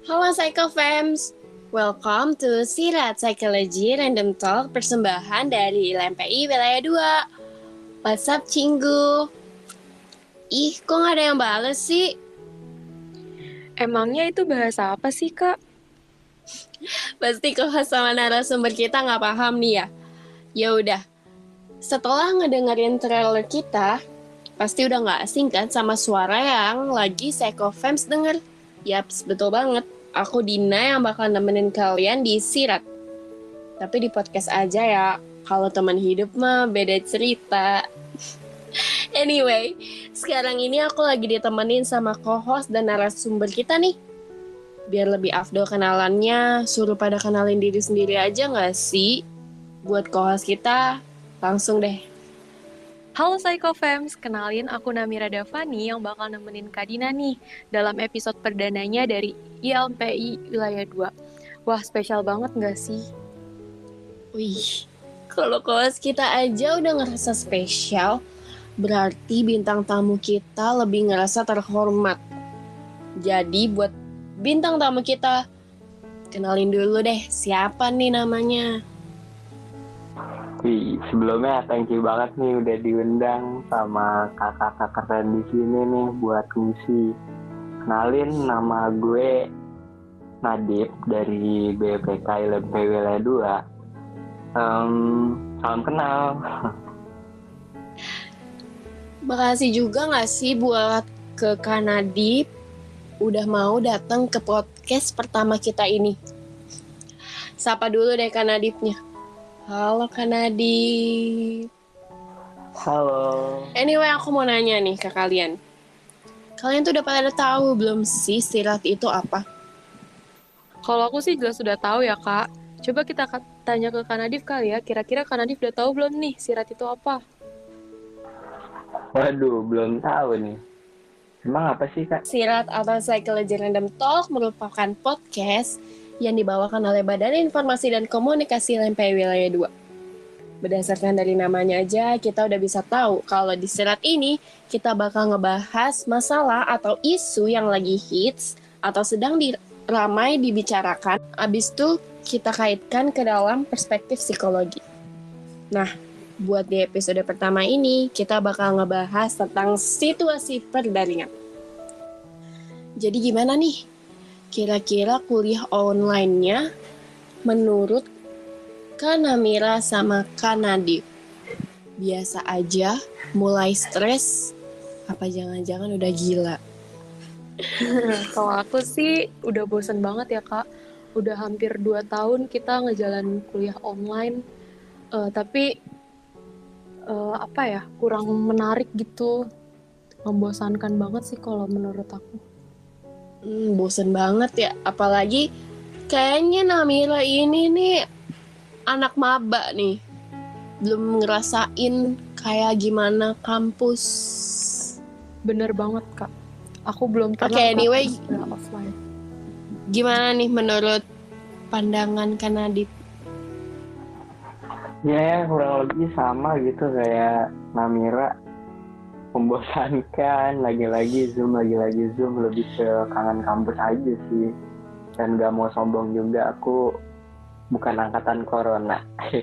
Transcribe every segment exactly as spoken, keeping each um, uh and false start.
Halo Psychofams, welcome to Sirat Psychology Random Talk persembahan dari L M P I Wilayah dua. What's up Cinggu? Ih, kok gak ada yang bales sih? Emangnya itu bahasa apa sih, Kak? Pasti kalau sama narasumber kita gak paham nih ya. Ya udah, setelah ngedengerin trailer kita, pasti udah gak asing kan sama suara yang lagi Psychofams denger. Yaps, betul banget. Aku Dina yang bakal nemenin kalian di Sirat. Tapi di podcast aja ya. Kalau teman hidup mah beda cerita. Anyway, sekarang ini aku lagi ditemenin sama co-host dan narasumber kita nih. Biar lebih afdol kenalannya, suruh pada kenalin diri sendiri aja gak sih? Buat co-host kita, langsung deh. Halo Psychofams, kenalin aku Namira Davani yang bakal nemenin Kak Dina nih dalam episode perdananya dari I L M P I Wilayah dua. Wah, spesial banget gak sih? Wih, kalau co-host kita aja udah ngerasa spesial, berarti bintang tamu kita lebih ngerasa terhormat. Jadi buat bintang tamu kita, kenalin dulu deh siapa nih namanya. Wih, sebelumnya thank you banget nih udah diundang sama kakak-kakak keren di sini nih buat ngisi. Kenalin, nama gue Nadib dari B P K L M P I Wilayah dua. Um, salam kenal. Makasih juga gak sih buat ke Kak Nadib udah mau datang ke podcast pertama kita ini. Sapa dulu deh Kak Nadibnya. Halo Kak Nadib. Halo. Anyway, aku mau nanya nih ke kalian. Kalian tuh udah pada tahu belum sih sirat itu apa? Kalau aku sih jelas sudah tahu ya, Kak. Coba kita tanya ke Kak Nadif kali ya, kira-kira Kak Nadif udah tahu belum nih sirat itu apa? Waduh, belum tahu nih. Emang apa sih, Kak? Sirat atau Psychology Random Talk merupakan podcast yang dibawakan oleh Badan Informasi dan Komunikasi L M P I Wilayah dua. Berdasarkan dari namanya aja, kita udah bisa tahu kalau di sirat ini kita bakal ngebahas masalah atau isu yang lagi hits atau sedang di, ramai dibicarakan. Abis itu kita kaitkan ke dalam perspektif psikologi. Nah, buat di episode pertama ini, kita bakal ngebahas tentang situasi perdaringan. Jadi gimana nih? Kira-kira kuliah online-nya menurut Kak Namira sama Kak Nadib? Biasa aja, mulai stres, apa jangan-jangan udah gila? Kalau aku sih udah bosen banget ya, Kak. Udah hampir dua tahun kita ngejalanin kuliah online. Uh, tapi uh, apa ya, kurang menarik gitu. Membosankan banget sih kalau menurut aku. Hmm, bosen banget ya. Apalagi kayaknya Namira ini nih anak maba nih. Belum ngerasain kayak gimana kampus. Bener banget, Kak. Aku belum pernah Oke, anyway, offline. Gimana nih menurut pandangan Kak Nadib? Ya, kurang lebih sama gitu kayak Namira. Membosankan, lagi-lagi Zoom, lagi-lagi Zoom, lebih ke kangen kampus aja sih. Dan gak mau sombong juga, aku bukan angkatan corona.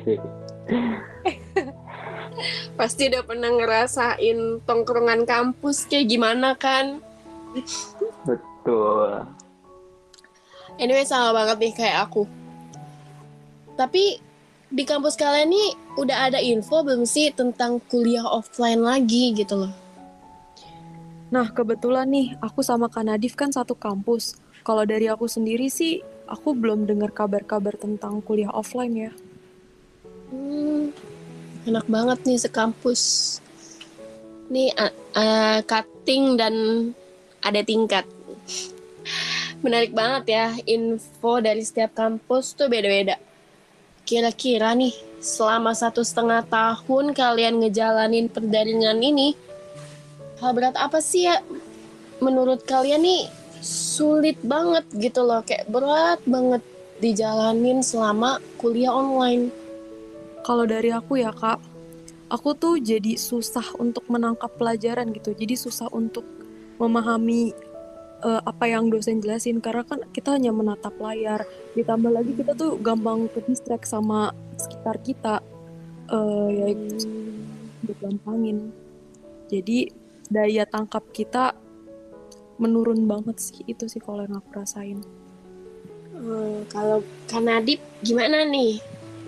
Pasti udah pernah ngerasain tongkrongan kampus kayak gimana kan? Betul. Anyway, sama banget nih kayak aku. Tapi di kampus kalian nih udah ada info belum sih tentang kuliah offline lagi gitu loh? Nah, kebetulan nih, aku sama Kak Nadif kan satu kampus. Kalau dari aku sendiri sih, aku belum dengar kabar-kabar tentang kuliah offline ya. Hmm, enak banget nih sekampus. Nih uh, uh, cutting dan ada tingkat. Menarik banget ya, info dari setiap kampus tuh beda-beda. Kira-kira nih, selama satu setengah tahun kalian ngejalanin perdaringan ini, hal berat apa sih ya menurut kalian nih sulit banget gitu loh, kayak berat banget dijalanin selama kuliah online? Kalau dari aku ya, Kak, aku tuh jadi susah untuk menangkap pelajaran gitu. Jadi susah untuk memahami uh, apa yang dosen jelasin, karena kan kita hanya menatap layar, ditambah lagi kita tuh gampang ke distract sama sekitar kita, uh, ya digampangin, jadi daya tangkap kita menurun banget sih. Itu sih kalau yang aku rasain. Hmm, kalau Kak Nadib gimana nih?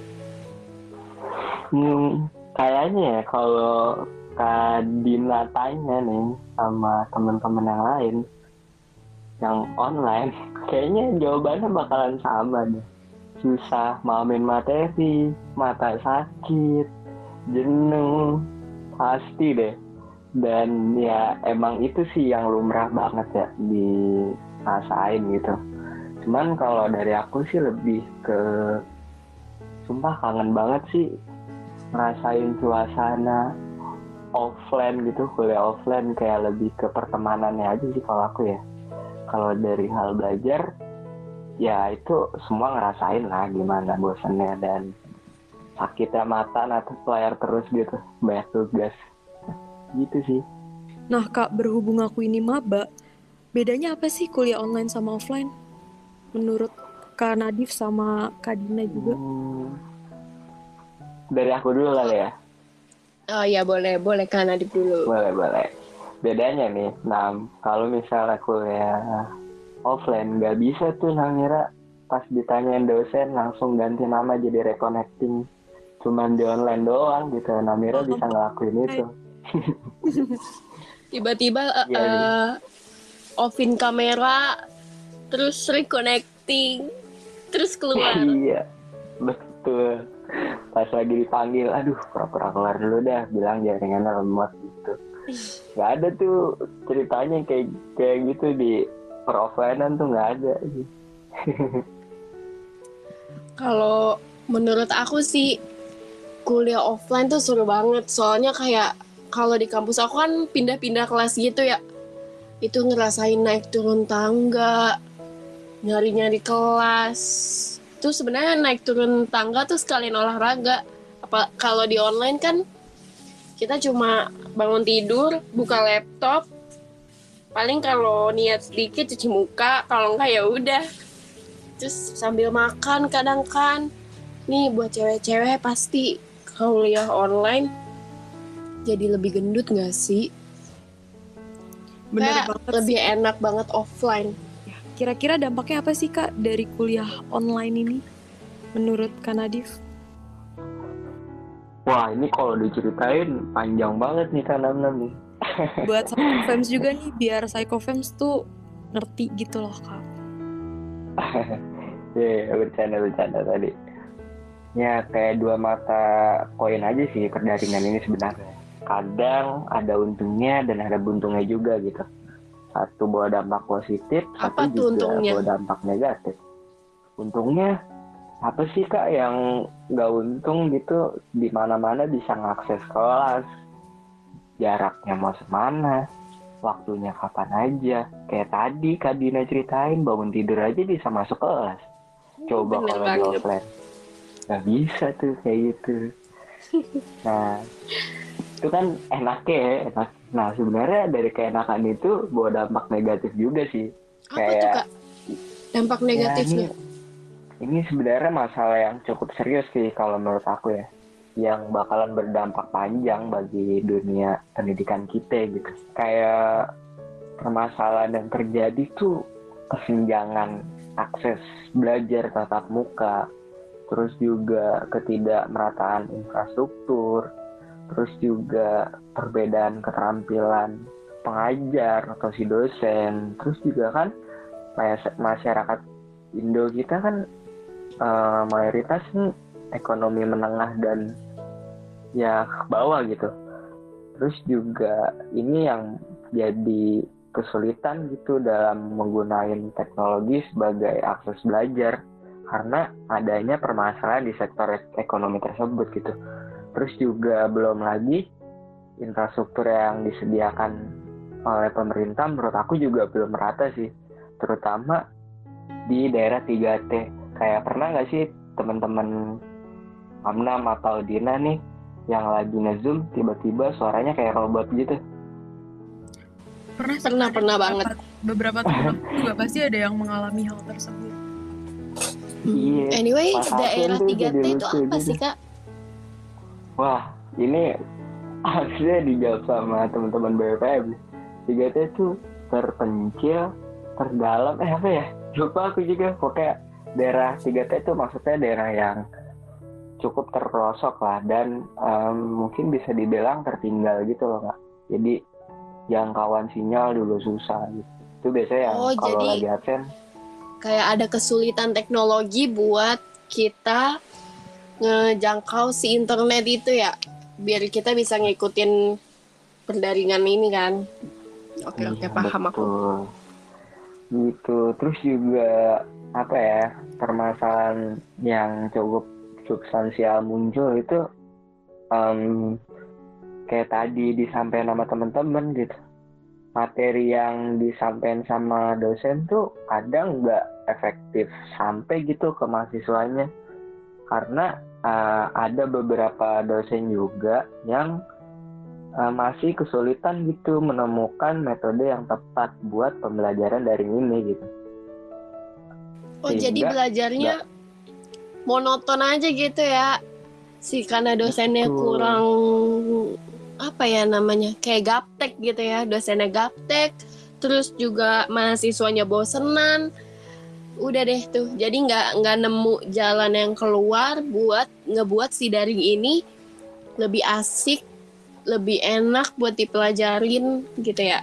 Hmm, kayaknya ya kalau Kak Dina tanya nih sama teman-teman yang lain yang online, kayaknya jawabannya bakalan sama deh. Susah mahamin materi, mata sakit, jenuh, pasti deh. Dan ya emang itu sih yang lumrah banget ya dirasain gitu. Cuman kalau dari aku sih lebih ke sumpah kangen banget sih ngerasain suasana offline gitu, kuliah offline, kayak lebih ke pertemanannya aja sih kalau aku ya. Kalau dari hal belajar ya itu semua ngerasain lah gimana bosannya dan sakitnya mata natap layar terus gitu, banyak tugas gitu sih. Nah Kak, berhubung aku ini maba, bedanya apa sih kuliah online sama offline menurut Kak Nadif sama Kak Dina juga? Hmm, dari aku dulu kali ya. Oh ya boleh, boleh Kak Nadib dulu. Boleh, boleh. Bedanya nih, nah kalau misalnya kuliah offline nggak bisa tuh Namira pas ditanyain dosen langsung ganti nama jadi reconnecting. Cuman di online doang gitu, Namira bisa ngelakuin itu. Tiba-tiba uh, Iya nih. uh, offin kamera, terus reconnecting, terus keluar. Iya, betul. Pas lagi dipanggil, aduh pura-pura keluar dulu dah, bilang jaringannya lemot gitu. Gak ada tuh ceritanya kayak kayak gitu di per-offline-an tuh gak ada. Kalau menurut aku sih kuliah offline tuh seru banget. Soalnya kayak kalau di kampus aku kan pindah-pindah kelas gitu ya. Itu ngerasain naik turun tangga, nyari-nyari kelas. Itu sebenarnya naik turun tangga tuh sekalian olahraga. Apa kalau di online kan kita cuma bangun tidur, buka laptop, paling kalau niat sedikit cuci muka, kalau enggak ya udah. Terus sambil makan kadang kan. Nih buat cewek-cewek pasti kuliah online jadi lebih gendut gak sih? Bener Kayak banget lebih sih. enak banget offline. Kira-kira dampaknya apa sih Kak dari kuliah online ini menurut Kak Nadif? Wah ini kalau diceritain panjang banget nih Kak Nam-Nam nih. Buat Psychofems juga nih, biar Psychofems tuh ngerti gitu loh Kak. Ya yeah, bercanda-bercanda tadi. Ya kayak dua mata koin aja sih perdaringan ini sebenarnya. Kadang ada untungnya dan ada buntungnya juga gitu. Satu bawa dampak positif, Apa satu tuh juga untungnya? bawa dampak negatif. Untungnya apa sih Kak yang nggak untung gitu, di mana-mana bisa ngakses kelas, jaraknya mau semana, waktunya kapan aja. Kayak tadi Kak Dina ceritain bangun tidur aja bisa masuk kelas. Coba Bener kalau di banget. offline nggak bisa tuh kayak gitu. Nah itu kan enaknya ya, enak. Nah sebenarnya dari keenakan itu bawa dampak negatif juga sih. Apa Kayak, tuh Kak dampak negatifnya? ya, ini, ini sebenarnya masalah yang cukup serius sih kalau menurut aku ya, yang bakalan berdampak panjang bagi dunia pendidikan kita gitu. Kayak permasalahan yang terjadi tuh kesenjangan akses belajar tatap muka, terus juga ketidakmerataan infrastruktur, terus juga perbedaan keterampilan pengajar atau si dosen, terus juga kan masyarakat Indo kita kan uh, mayoritas ekonomi menengah dan ya bawah gitu. Terus juga ini yang jadi kesulitan gitu dalam menggunakan teknologi sebagai akses belajar karena adanya permasalahan di sektor ekonomi tersebut gitu. Terus juga belum lagi infrastruktur yang disediakan oleh pemerintah menurut aku juga belum merata sih, terutama di daerah tiga T. Kayak pernah nggak sih teman-teman Amnam atau Dina nih yang lagi nge-zoom tiba-tiba suaranya kayak robot gitu? Pernah sih, Pernah, ada pernah beberapa- banget. Beberapa temen aku juga pasti ada yang mengalami hal tersebut. Iya. Anyway, Pas daerah absen tuh tiga T jadi itu lucu apa gitu. sih, Kak? Wah, ini harusnya dijawab sama teman-teman B P M. tiga T itu terpencil, terdalam, eh apa ya? Lupa aku juga. Pokoknya daerah tiga T itu maksudnya daerah yang cukup terpelosok lah dan um, mungkin bisa dibilang tertinggal gitu loh, Kak. Jadi jangkauan sinyal dulu susah gitu. Itu biasanya yang Oh, kalau jadi- lagi absen Kayak ada kesulitan teknologi buat kita ngejangkau si internet itu ya, biar kita bisa ngikutin perdaringan ini kan. Oke, oke, iya, paham aku. betul. Gitu. Terus juga apa ya, permasalahan yang cukup substansial muncul itu um, kayak tadi disampaikan sama teman-teman gitu. Materi yang disampaikan sama dosen tuh kadang nggak efektif sampai gitu ke mahasiswanya. Karena uh, ada beberapa dosen juga yang uh, masih kesulitan gitu menemukan metode yang tepat buat pembelajaran daring ini gitu. Oh, jadi Sehingga belajarnya monoton aja gitu ya. Si karena dosennya Betul. kurang apa ya namanya? Kayak gaptek gitu ya. Dosennya gaptek, terus juga mahasiswanya bosenan. Udah deh tuh. Jadi nggak nggak nemu jalan yang keluar buat ngebuat si daring ini lebih asik, lebih enak buat dipelajarin gitu ya.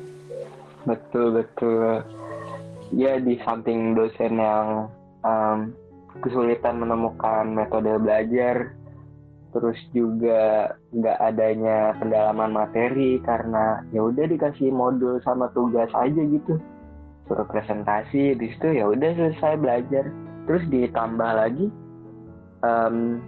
Betul, betul. Ya, di samping dosen yang um, kesulitan menemukan metode belajar, terus juga nggak adanya pendalaman materi karena ya udah dikasih modul sama tugas aja gitu, suruh presentasi, di situ ya udah selesai belajar. Terus ditambah lagi, um,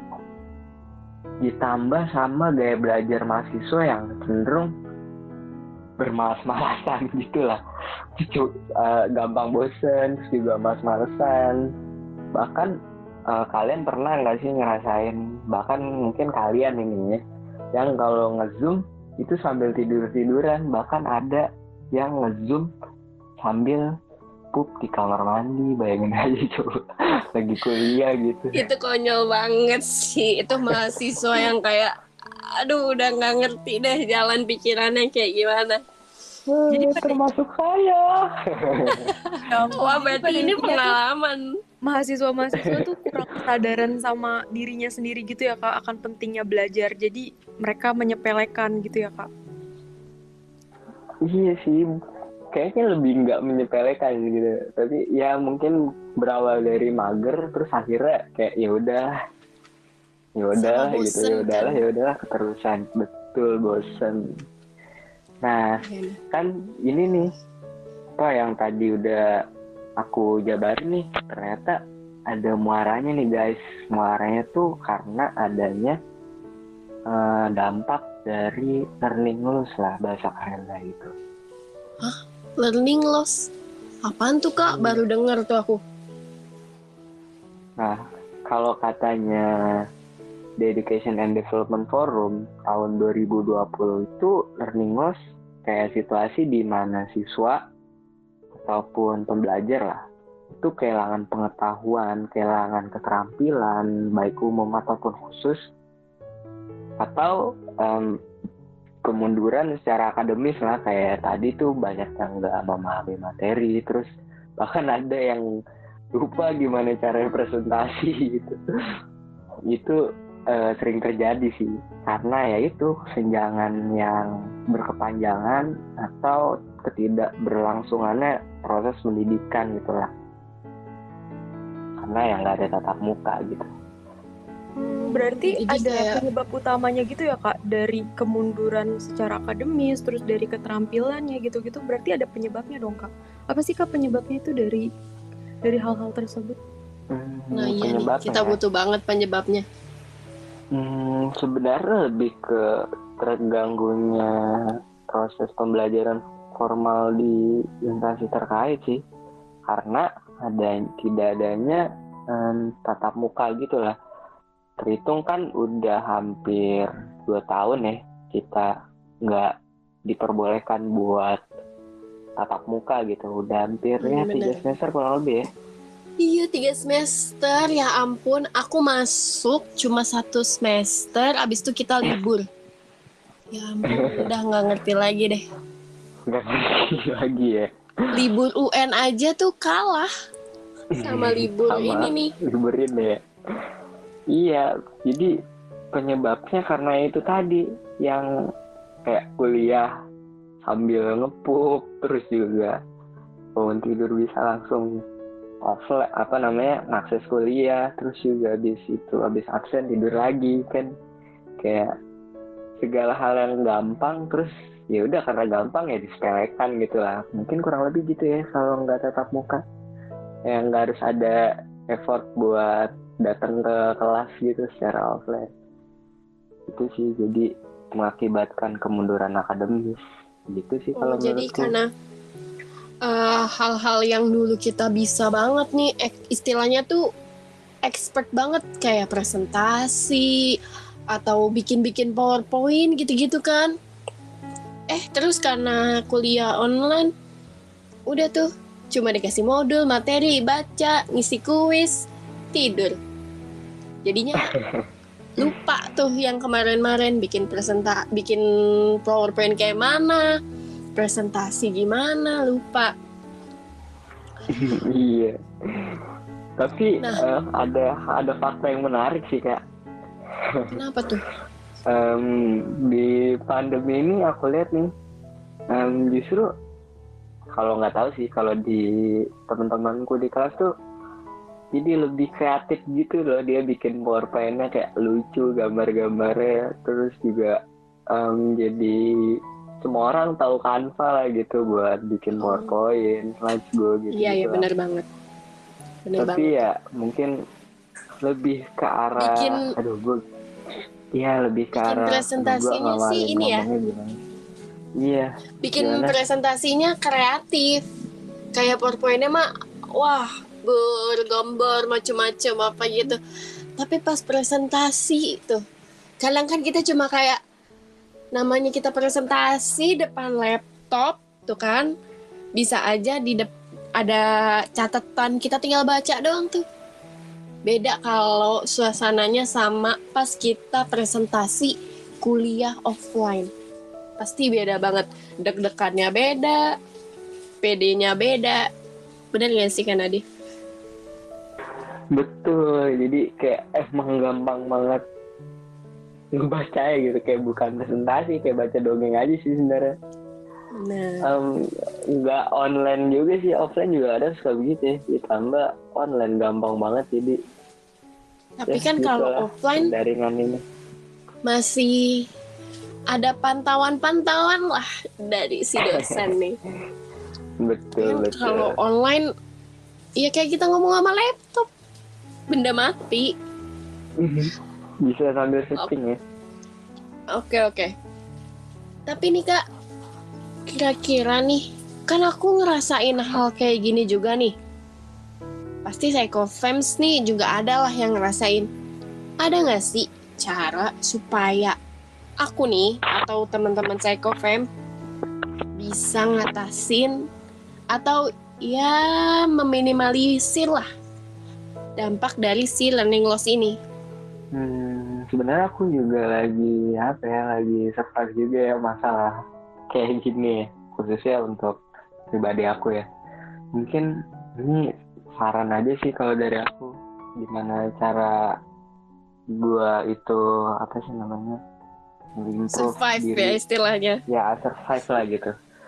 ditambah sama gaya belajar mahasiswa yang cenderung bermalas-malasan gitulah. Uh, gampang bosen, terus juga malas-malesan. Bahkan uh, kalian pernah nggak sih ngerasain, bahkan mungkin kalian ini ya, yang kalau nge-zoom itu sambil tidur-tiduran, bahkan ada yang nge-zoom sambil pup di kamar mandi. Bayangin aja coba, lagi kuliah gitu. Itu konyol banget sih. Itu mahasiswa yang kayak aduh udah nggak ngerti deh jalan pikirannya kayak gimana. Jadi pada- termasuk saya. Ya, Wah, jadi berarti pada ini intinya tuh pengalaman. mahasiswa-mahasiswa tuh kurang kesadaran sama dirinya sendiri gitu ya Kak, akan pentingnya belajar. Jadi mereka menyepelekan gitu ya Kak. Iya sih, kayaknya lebih nggak menyepelekan gitu. Tapi ya mungkin berawal dari mager, terus akhirnya kayak ya udah, ya udah Sama gitu, bosen ya udahlah, kan. ya udahlah keterusan. Betul, bosen. Nah, kan ini nih, apa yang tadi udah aku jabarin nih, ternyata ada muaranya nih guys. Muaranya tuh karena adanya uh, dampak dari learning loss lah, bahasa kerennya gitu. Learning loss. Apaan tuh Kak? Baru denger tuh aku. Nah, kalau katanya The Education and Development Forum tahun dua ribu dua puluh itu learning loss kayak situasi di mana siswa ataupun pembelajar lah itu kehilangan pengetahuan, kehilangan keterampilan baik umum ataupun khusus, atau um, kemunduran secara akademis lah, kayak tadi tuh banyak yang nggak memahami materi, terus bahkan ada yang lupa gimana cara presentasi gitu. Itu uh, sering terjadi sih, karena ya itu kesenjangan yang berkepanjangan atau ketidakberlangsungannya proses pendidikan gitulah, karena yang nggak ada tatap muka gitu. Hmm, berarti Jadi ada kayak- penyebab utamanya gitu ya Kak, dari kemunduran secara akademis, terus dari keterampilannya gitu-gitu, berarti ada penyebabnya dong Kak. Apa sih Kak penyebabnya itu dari dari hal-hal tersebut? Hmm, Nah iya nih, penyebabnya kita ya. butuh banget penyebabnya. Hmm, sebenarnya lebih ke terganggunya proses pembelajaran formal di instansi terkait sih, karena ada tidak adanya um, tatap muka gitulah. Terhitung kan udah hampir dua tahun ya kita nggak diperbolehkan buat tatap muka gitu. Udah hampir Hmm, ya bener. tiga semester kurang lebih ya. Iya, tiga semester. Ya ampun, aku masuk cuma satu semester, abis itu kita libur. Ya ampun, udah nggak ngerti lagi deh. Nggak ngerti lagi ya. Libur U N aja tuh kalah sama libur Sama ini nih. libur ini ya. Iya, jadi penyebabnya karena itu tadi, yang kayak kuliah sambil ngepuk, terus juga bangun tidur bisa langsung offline, apa namanya, akses kuliah, terus juga habis itu habis absen tidur lagi kan, kayak segala hal yang gampang, terus ya udah karena gampang ya disepelekan gitu lah. Mungkin kurang lebih gitu ya kalau nggak tatap muka, yang nggak harus ada effort buat datang ke kelas gitu secara offline. Itu sih jadi mengakibatkan kemunduran akademis gitu sih Oh, kalau jadi menurutku. karena uh, hal-hal yang dulu kita bisa banget nih, ek- istilahnya tuh expert banget, kayak presentasi atau bikin-bikin PowerPoint gitu-gitu kan. Eh, terus karena kuliah online, udah tuh cuma dikasih modul, materi, baca, ngisi kuis, tidur. Jadinya lupa tuh yang kemarin-kemarin bikin presenta, bikin PowerPoint kayak mana, presentasi gimana, lupa. Iya. Tapi Nah. eh, ada ada fakta yang menarik sih Kak. Kenapa tuh? Em, di pandemi ini aku lihat nih, em, justru kalau nggak tahu sih, kalau di teman-temanku di kelas tuh jadi lebih kreatif gitu loh, dia bikin PowerPoint-nya kayak lucu gambar-gambarnya, terus juga em, jadi semua orang tahu Canva lah gitu buat bikin Oh. PowerPoint, slideshow gitu. Iya, iya benar banget. Benar Tapi banget. ya mungkin lebih ke arah, Bikin- aduh gue, iya lebih ke bikin arah, presentasinya aduh, gua sih ngawalin ini ya. ngomongnya gimana. Iya, Bikin gimana? presentasinya kreatif. Kayak PowerPoint-nya mah wah, bergambar macam-macam apa gitu. Tapi pas presentasi tuh, kadang kan kita cuma kayak namanya kita presentasi depan laptop tuh kan, bisa aja di dep- ada catatan, kita tinggal baca doang tuh. Beda kalau suasananya sama pas kita presentasi kuliah offline. Pasti beda banget. Deg-degannya beda, pedenya beda. Bener gak sih Kak Nadi? Betul, jadi kayak emang gampang banget ngebaca ya gitu, kayak bukan presentasi, kayak baca dongeng aja sih sebenarnya. Nah, Em, nggak online juga sih, offline juga ada suka begitu ya, ditambah online gampang banget jadi. tapi Ya, kan kalau gitulah, offline jaringan ini. masih ada pantauan-pantauan lah dari si dosen nih. Betul, Kan betul. kalau online, ya kayak kita ngomong sama laptop, benda mati. Bisa sambil setting ya. Oke oke. Tapi nih Kak, kira-kira nih, kan aku ngerasain hal kayak gini juga nih. Pasti psychofans nih juga ada lah yang ngerasain. Ada nggak sih cara supaya aku nih atau teman-teman psychofam bisa ngatasin atau ya meminimalisir lah dampak dari si learning loss ini? Hmm, sebenarnya aku juga lagi apa ya, lagi surprise juga ya masalah kayak gini ya, khususnya untuk pribadi aku ya. Mungkin ini saran aja sih kalau dari aku, gimana cara gua itu apa sih namanya, improve Survive ya diri, istilahnya. ya survive lah gitu.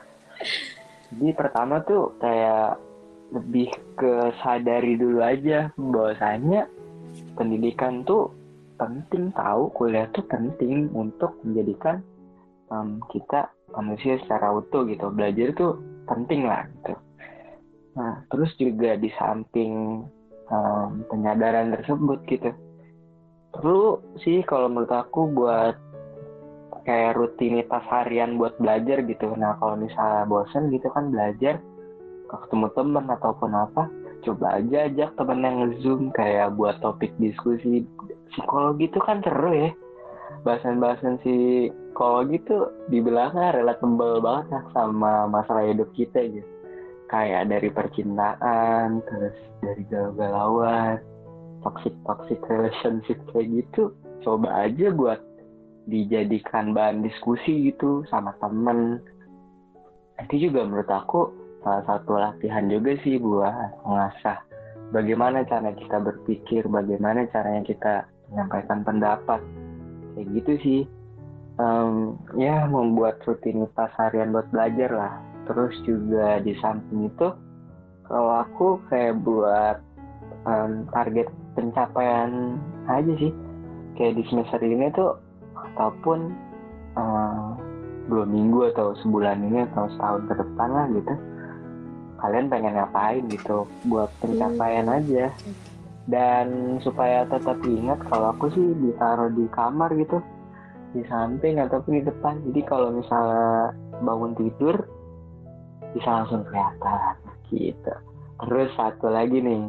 Jadi pertama tuh kayak lebih ke sadari dulu aja bahwasanya pendidikan tuh penting, tahu, kuliah tuh penting untuk menjadikan um, kita manusia secara utuh gitu. Belajar tuh penting lah gitu. Nah, terus juga di samping um, penyadaran tersebut gitu, perlu sih kalau menurut aku buat kayak rutinitas harian buat belajar gitu. Nah, kalau misalnya bosan gitu kan belajar, ketemu teman ataupun apa, coba aja ajak temen yang nge-zoom, kayak buat topik diskusi. Psikologi itu kan seru ya, bahasan-bahasan si psikologi tuh dibilangnya relatable banget ya sama masalah hidup kita gitu. Kayak dari percintaan, terus dari galau-galauan, toxic-toxic relationship kayak gitu. Coba aja buat dijadikan bahan diskusi gitu sama temen. Itu juga menurut aku salah satu latihan juga sih buat mengasah bagaimana cara kita berpikir, bagaimana caranya kita menyampaikan pendapat. Kayak gitu sih. Um, ya membuat rutinitas harian buat belajar lah. Terus juga di samping itu, kalau aku kayak buat um, target pencapaian aja sih. Kayak di semester ini tuh, ataupun uh, dua minggu atau sebulan ini atau setahun ke depan lah gitu, kalian pengen ngapain gitu, buat pencapaian hmm. aja. Dan supaya tetap ingat, kalau aku sih ditaruh di kamar gitu, di samping ataupun di depan. Jadi kalau misalnya bangun tidur bisa langsung kelihatan gitu. Terus satu lagi nih,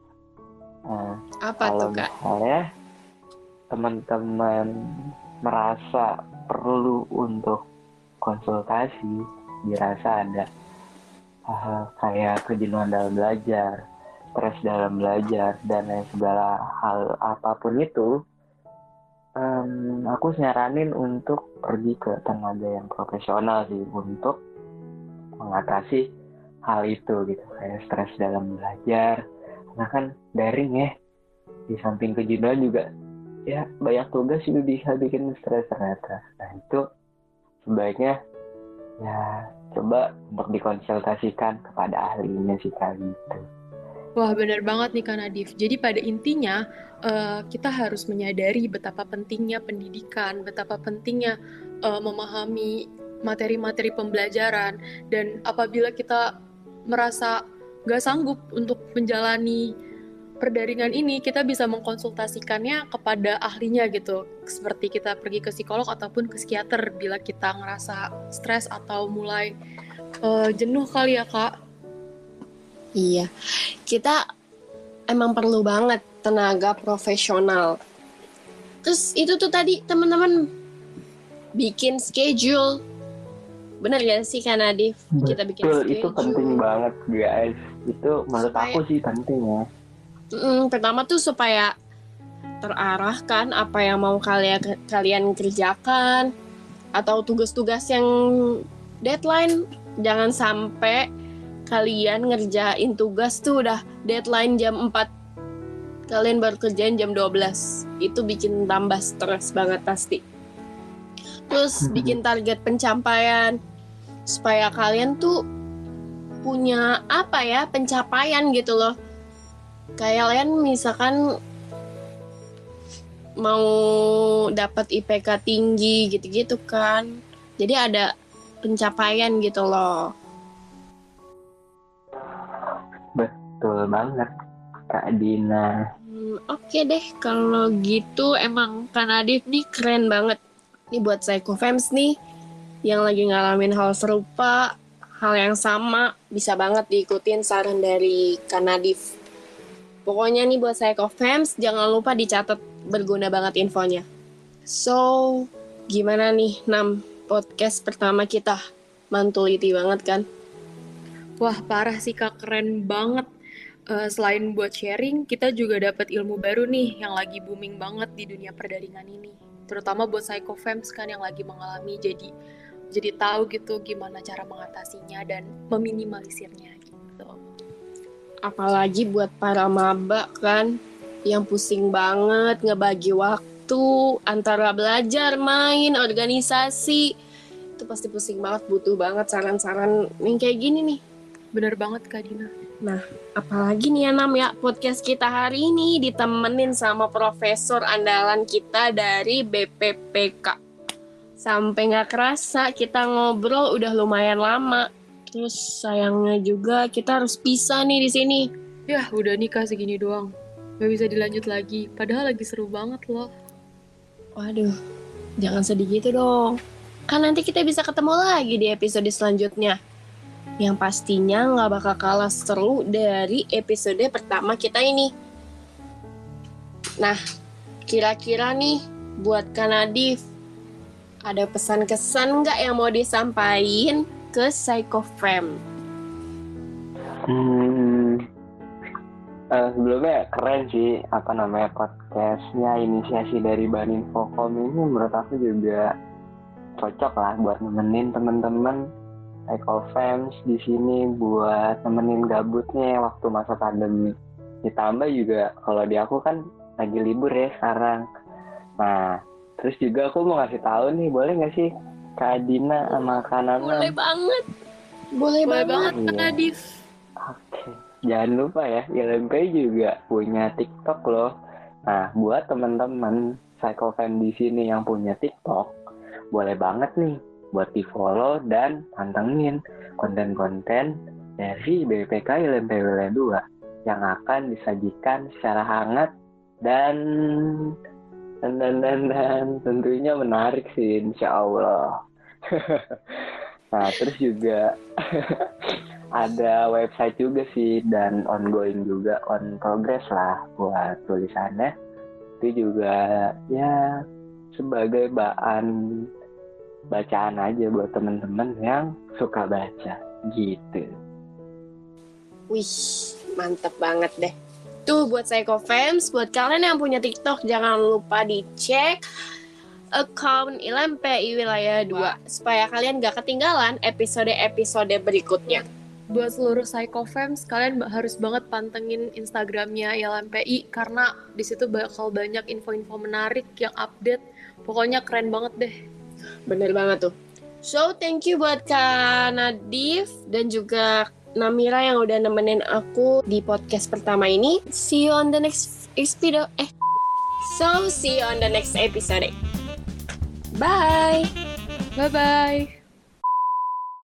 uh, apa kalau tuh Kak? misalnya teman-teman merasa perlu untuk konsultasi, dirasa ada uh, kayak kejenuhan dalam belajar, stres dalam belajar, dan lain segala hal apapun itu, um, aku nyaranin untuk pergi ke tenaga yang profesional sih untuk mengatasi hal itu gitu, kayak stres dalam belajar. Karena kan daring ya, di samping kejenuhan juga ya banyak tugas juga bisa bikin stres ternyata. Nah itu sebaiknya ya coba untuk dikonsultasikan kepada ahlinya sih Kak gitu. Wah benar banget nih Kak Nadif. Jadi pada intinya uh, kita harus menyadari betapa pentingnya pendidikan, betapa pentingnya uh, memahami materi-materi pembelajaran, dan apabila kita merasa gak sanggup untuk menjalani perdaringan ini, kita bisa mengkonsultasikannya kepada ahlinya gitu. Seperti kita pergi ke psikolog ataupun ke psikiater bila kita ngerasa stres atau mulai uh, jenuh kali ya Kak. Iya, kita emang perlu banget tenaga profesional. Terus itu tuh tadi teman-teman bikin schedule. Bener gak sih Kak Nadif? Kita bikin Betul, schedule. itu penting banget guys. Itu menurut Supaya, aku sih penting ya. Mm, pertama tuh supaya terarahkan apa yang mau kalian kalian kerjakan, atau tugas-tugas yang deadline. Jangan sampai kalian ngerjain tugas tuh udah deadline jam empat, kalian baru kerjain jam dua belas. Itu bikin tambah stres banget pasti. Terus bikin target pencapaian supaya kalian tuh punya apa ya, pencapaian gitu loh. Kayak kalian misalkan mau dapat I P K tinggi gitu-gitu kan. Jadi ada pencapaian gitu loh. Betul banget Kak Dina. Hmm, Oke okay deh, kalau gitu emang Kak Nadif nih keren banget. Ini buat Psychofems nih yang lagi ngalamin hal serupa, hal yang sama, bisa banget diikutin saran dari Kak Nadif. Pokoknya nih buat Psychofems, jangan lupa dicatat, berguna banget infonya. So, gimana nih Nam, podcast pertama kita? Mantuliti banget kan? Wah parah sih Kak, keren banget. Uh, selain buat sharing, kita juga dapat ilmu baru nih yang lagi booming banget di dunia perdaringan ini. Terutama buat Psychofems kan yang lagi mengalami, jadi jadi tahu gitu gimana cara mengatasinya dan meminimalisirnya gitu. Apalagi buat para maba kan yang pusing banget ngebagi waktu antara belajar, main, organisasi. Itu pasti pusing banget, butuh banget saran-saran yang kayak gini nih. Bener banget Kak Dina. Nah, apalagi nih ya Nam ya, podcast kita hari ini ditemenin sama profesor andalan kita dari B P P K. Sampai gak kerasa kita ngobrol udah lumayan lama. Terus sayangnya juga kita harus pisah nih di sini. Yah, udah nikah segini doang. Gak bisa dilanjut lagi, padahal lagi seru banget loh. Waduh, jangan sedih gitu dong. Kan nanti kita bisa ketemu lagi di episode selanjutnya. Yang pastinya gak bakal kalah seru dari episode pertama kita ini. Nah, kira-kira nih buat Kak Nadif, ada pesan-kesan nggak yang mau disampaikan ke Psychofam? Hmm, eh, sebelumnya keren sih apa namanya podcastnya, inisiasi dari Bahan Infocom ini menurut aku juga cocok lah buat nemenin teman-teman Psychofams di sini buat nemenin gabutnya waktu masa pandemi. Ditambah juga kalau di aku kan lagi libur ya sekarang. Nah, terus juga aku mau ngasih tahu nih, boleh nggak sih Kak Dina sama Kak Nana? Boleh banget. Boleh, Boleh banget. banget, Kak Nadif. Oke, jangan lupa ya, I L M P juga punya TikTok loh. Nah, buat teman-teman Psychofam di sini yang punya TikTok, boleh banget nih buat di-follow dan pantengin konten-konten dari B P K I L M P Wilayah dua yang akan disajikan secara hangat dan dan dan dan, dan tentunya menarik sih, insya Allah. Nah, terus juga ada website juga sih dan ongoing juga, on progress lah buat tulisannya. Itu juga ya sebagai bahan bacaan aja buat teman-teman yang suka baca gitu. Wih, mantep banget deh. Tuh buat Psychofams, buat kalian yang punya TikTok, jangan lupa dicek account I L M P I Wilayah dua supaya kalian gak ketinggalan episode-episode berikutnya. Buat seluruh Psychofams, kalian harus banget pantengin Instagramnya I L M P I karena di situ bakal banyak info-info menarik yang update. Pokoknya keren banget deh. Bener banget tuh. So, thank you buat Kak Nadif dan juga Namira yang udah nemenin aku di podcast pertama ini. See you on the next episode. Eh, so see you on the next episode. Bye. Bye-bye.